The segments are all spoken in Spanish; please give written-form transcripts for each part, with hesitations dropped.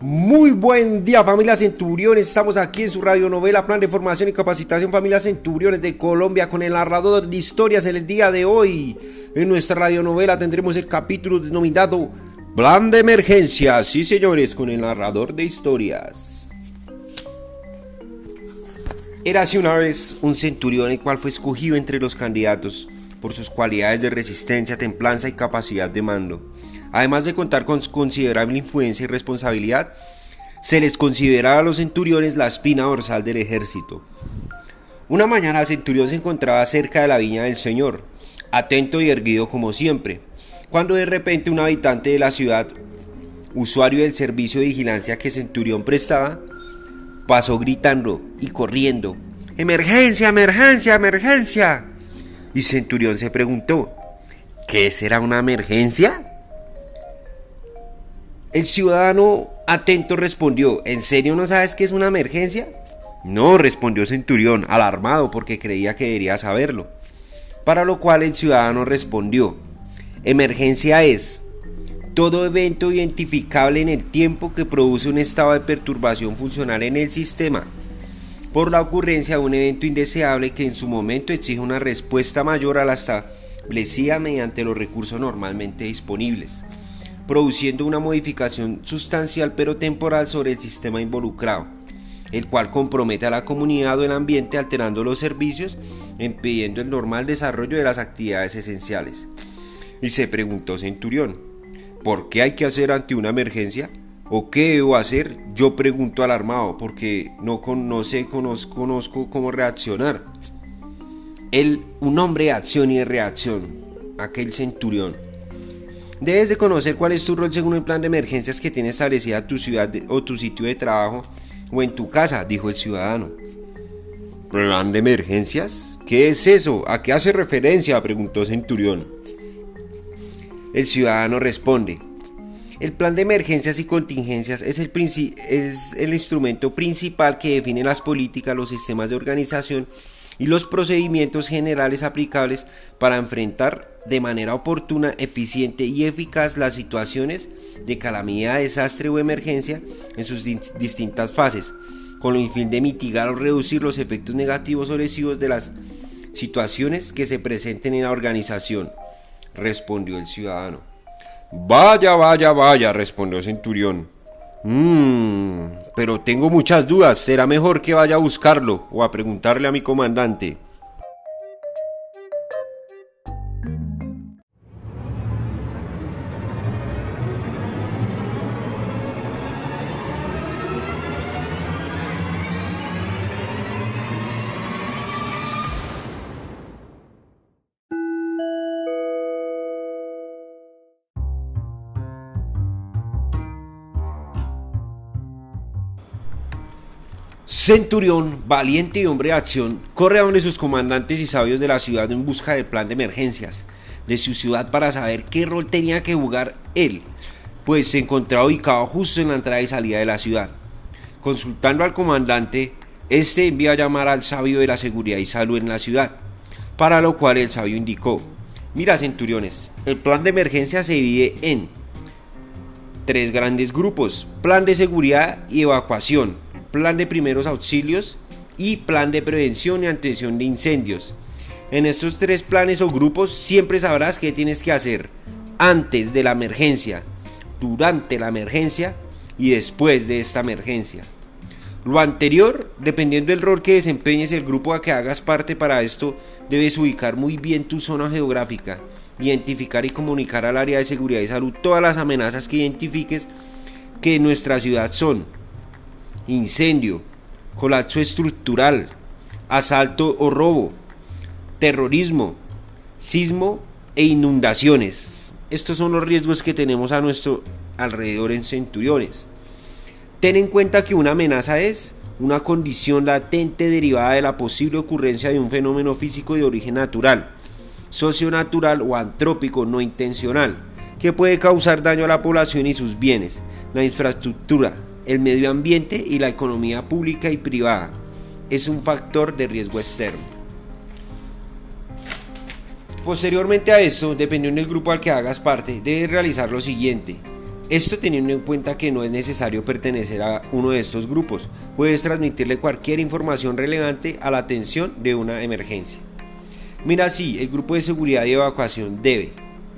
Muy buen día, familia Centuriones. Estamos aquí en su radionovela Plan de Formación y Capacitación Familia Centuriones de Colombia con el narrador de historias en el día de hoy. En nuestra radionovela tendremos el capítulo denominado Plan de Emergencia. Sí, señores, con el narrador de historias. Érase una vez un centurión el cual fue escogido entre los candidatos por sus cualidades de resistencia, templanza y capacidad de mando. Además de contar con considerable influencia y responsabilidad, se les consideraba a los centuriones la espina dorsal del ejército. Una mañana el centurión se encontraba cerca de la viña del Señor, atento y erguido como siempre, cuando de repente un habitante de la ciudad, usuario del servicio de vigilancia que centurión prestaba, pasó gritando y corriendo: ¡Emergencia, emergencia, emergencia! Y centurión se preguntó: ¿qué será una emergencia? El ciudadano atento respondió: ¿en serio no sabes qué es una emergencia? No, respondió centurión, alarmado porque creía que debería saberlo. Para lo cual el ciudadano respondió: emergencia es todo evento identificable en el tiempo que produce un estado de perturbación funcional en el sistema, por la ocurrencia de un evento indeseable que en su momento exige una respuesta mayor a la establecida mediante los recursos normalmente disponibles, produciendo una modificación sustancial pero temporal sobre el sistema involucrado, el cual compromete a la comunidad o el ambiente alterando los servicios, impidiendo el normal desarrollo de las actividades esenciales. Y se preguntó centurión: ¿por qué hay que hacer ante una emergencia? ¿O qué debo hacer? Yo pregunto alarmado porque no conozco cómo reaccionar. Un hombre de acción y de reacción, aquel centurión: debes de conocer cuál es tu rol según el plan de emergencias que tiene establecida tu ciudad o tu sitio de trabajo o en tu casa, dijo el ciudadano. ¿Plan de emergencias? ¿Qué es eso? ¿A qué hace referencia?, preguntó centurión. El ciudadano responde: el plan de emergencias y contingencias es el instrumento principal que define las políticas, los sistemas de organización y los procedimientos generales aplicables para enfrentar de manera oportuna, eficiente y eficaz las situaciones de calamidad, desastre o emergencia en sus distintas fases, con el fin de mitigar o reducir los efectos negativos o lesivos de las situaciones que se presenten en la organización, respondió el ciudadano. Vaya, respondió el centurión. Pero tengo muchas dudas. Será mejor que vaya a buscarlo o a preguntarle a mi comandante. Centurión, valiente y hombre de acción, corre a donde sus comandantes y sabios de la ciudad en busca del plan de emergencias de su ciudad para saber qué rol tenía que jugar él, pues se encontraba ubicado justo en la entrada y salida de la ciudad. Consultando al comandante, este envía a llamar al sabio de la seguridad y salud en la ciudad, para lo cual el sabio indicó: mira, centuriones, el plan de emergencia se divide en 3 grandes grupos: plan de seguridad y evacuación, plan de primeros auxilios y plan de prevención y atención de incendios. En estos 3 planes o grupos siempre sabrás qué tienes que hacer antes de la emergencia, durante la emergencia y después de esta emergencia. Lo anterior, dependiendo del rol que desempeñes el grupo a que hagas parte. Para esto debes ubicar muy bien tu zona geográfica, identificar y comunicar al área de seguridad y salud todas las amenazas que identifiques que en nuestra ciudad son: incendio, colapso estructural, asalto o robo, terrorismo, sismo e inundaciones. Estos son los riesgos que tenemos a nuestro alrededor en centuriones. Ten en cuenta que una amenaza es una condición latente derivada de la posible ocurrencia de un fenómeno físico de origen natural, socionatural o antrópico no intencional, que puede causar daño a la población y sus bienes, la infraestructura, el medio ambiente y la economía pública y privada. Es un factor de riesgo externo. Posteriormente a esto, dependiendo del grupo al que hagas parte, debes realizar lo siguiente: Esto teniendo en cuenta que no es necesario pertenecer a uno de estos grupos, puedes transmitirle cualquier información relevante a la atención de una emergencia. Mira, sí, el grupo de seguridad y evacuación debe: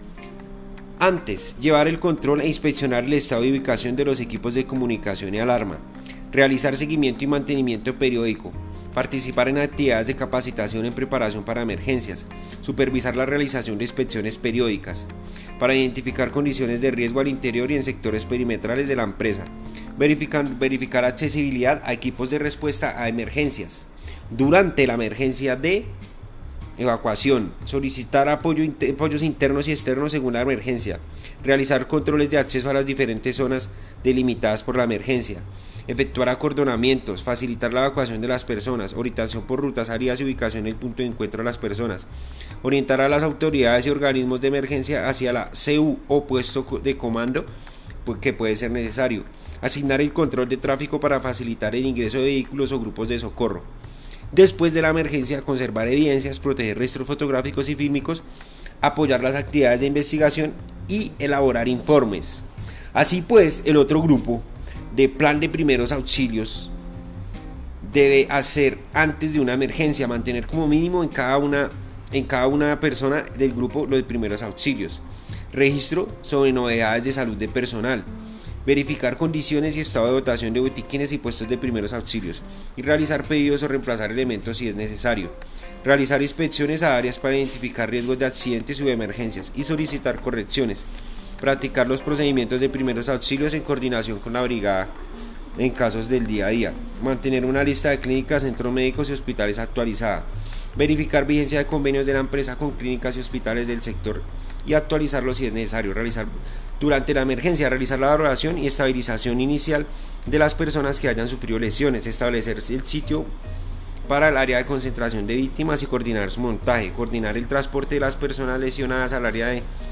antes, llevar el control e inspeccionar el estado de ubicación de los equipos de comunicación y alarma, realizar seguimiento y mantenimiento periódico, participar en actividades de capacitación en preparación para emergencias, supervisar la realización de inspecciones periódicas, para identificar condiciones de riesgo al interior y en sectores perimetrales de la empresa, verificar accesibilidad a equipos de respuesta a emergencias, durante la emergencia de evacuación, solicitar apoyos internos y externos según la emergencia, realizar controles de acceso a las diferentes zonas delimitadas por la emergencia, efectuar acordonamientos, facilitar la evacuación de las personas, orientación por rutas, áreas y ubicación del punto de encuentro de las personas, orientar a las autoridades y organismos de emergencia hacia la CU o puesto de comando que puede ser necesario, asignar el control de tráfico para facilitar el ingreso de vehículos o grupos de socorro. Después de la emergencia, conservar evidencias, proteger registros fotográficos y fílmicos, apoyar las actividades de investigación y elaborar informes. Así pues, el otro grupo de plan de primeros auxilios debe hacer antes de una emergencia, mantener como mínimo en cada una persona del grupo los primeros auxilios, registro sobre novedades de salud de personal, verificar condiciones y estado de dotación de botiquines y puestos de primeros auxilios y realizar pedidos o reemplazar elementos si es necesario, realizar inspecciones a áreas para identificar riesgos de accidentes o de emergencias y solicitar correcciones, practicar los procedimientos de primeros auxilios en coordinación con la brigada en casos del día a día, mantener una lista de clínicas, centros médicos y hospitales actualizada, verificar vigencia de convenios de la empresa con clínicas y hospitales del sector y actualizarlos si es necesario, realizar durante la emergencia, realizar la valoración y estabilización inicial de las personas que hayan sufrido lesiones, establecer el sitio para el área de concentración de víctimas y coordinar su montaje, coordinar el transporte de las personas lesionadas al área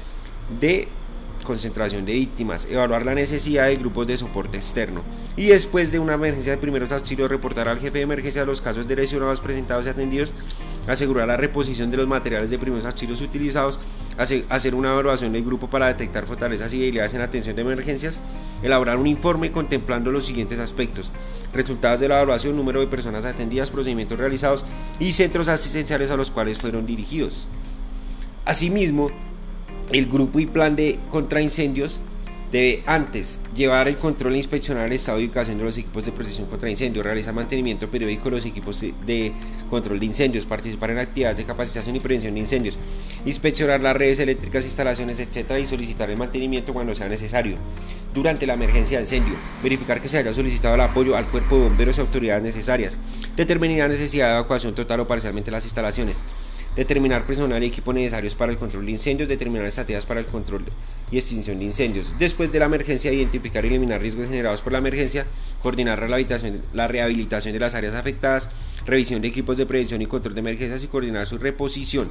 de concentración de víctimas, evaluar la necesidad de grupos de soporte externo y después de una emergencia de primeros auxilios reportar al jefe de emergencia los casos de lesionados presentados y atendidos, asegurar la reposición de los materiales de primeros auxilios utilizados, hacer una evaluación del grupo para detectar fortalezas y debilidades en la atención de emergencias, elaborar un informe contemplando los siguientes aspectos: resultados de la evaluación, número de personas atendidas, procedimientos realizados y centros asistenciales a los cuales fueron dirigidos. Asimismo, el grupo y plan de contraincendios debe antes llevar el control e inspeccionar el estado de ubicación de los equipos de protección contra incendios, realizar mantenimiento periódico de los equipos de control de incendios, participar en actividades de capacitación y prevención de incendios, inspeccionar las redes eléctricas, instalaciones, etc. y solicitar el mantenimiento cuando sea necesario. Durante la emergencia de incendio, verificar que se haya solicitado el apoyo al cuerpo de bomberos y autoridades necesarias, determinar la necesidad de evacuación total o parcialmente de las instalaciones, determinar personal y equipo necesarios para el control de incendios, determinar estrategias para el control y extinción de incendios. Después de la emergencia, identificar y eliminar riesgos generados por la emergencia, coordinar la rehabilitación de las áreas afectadas, revisión de equipos de prevención y control de emergencias y coordinar su reposición.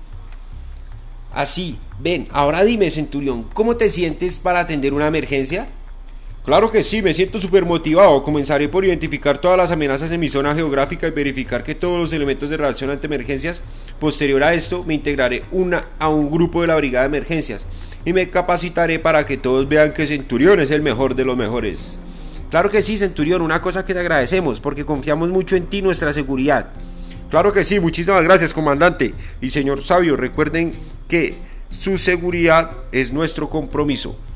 Así, ven, ahora dime, Centurión, ¿cómo te sientes para atender una emergencia? Claro que sí, me siento súper motivado. Comenzaré por identificar todas las amenazas en mi zona geográfica y verificar que todos los elementos de reacción ante emergencias. Posterior a esto, me integraré a un grupo de la brigada de emergencias y me capacitaré para que todos vean que Centurión es el mejor de los mejores. Claro que sí, Centurión, una cosa que te agradecemos porque confiamos mucho en ti y nuestra seguridad. Claro que sí, muchísimas gracias, comandante. Y señor Sabio, recuerden que su seguridad es nuestro compromiso.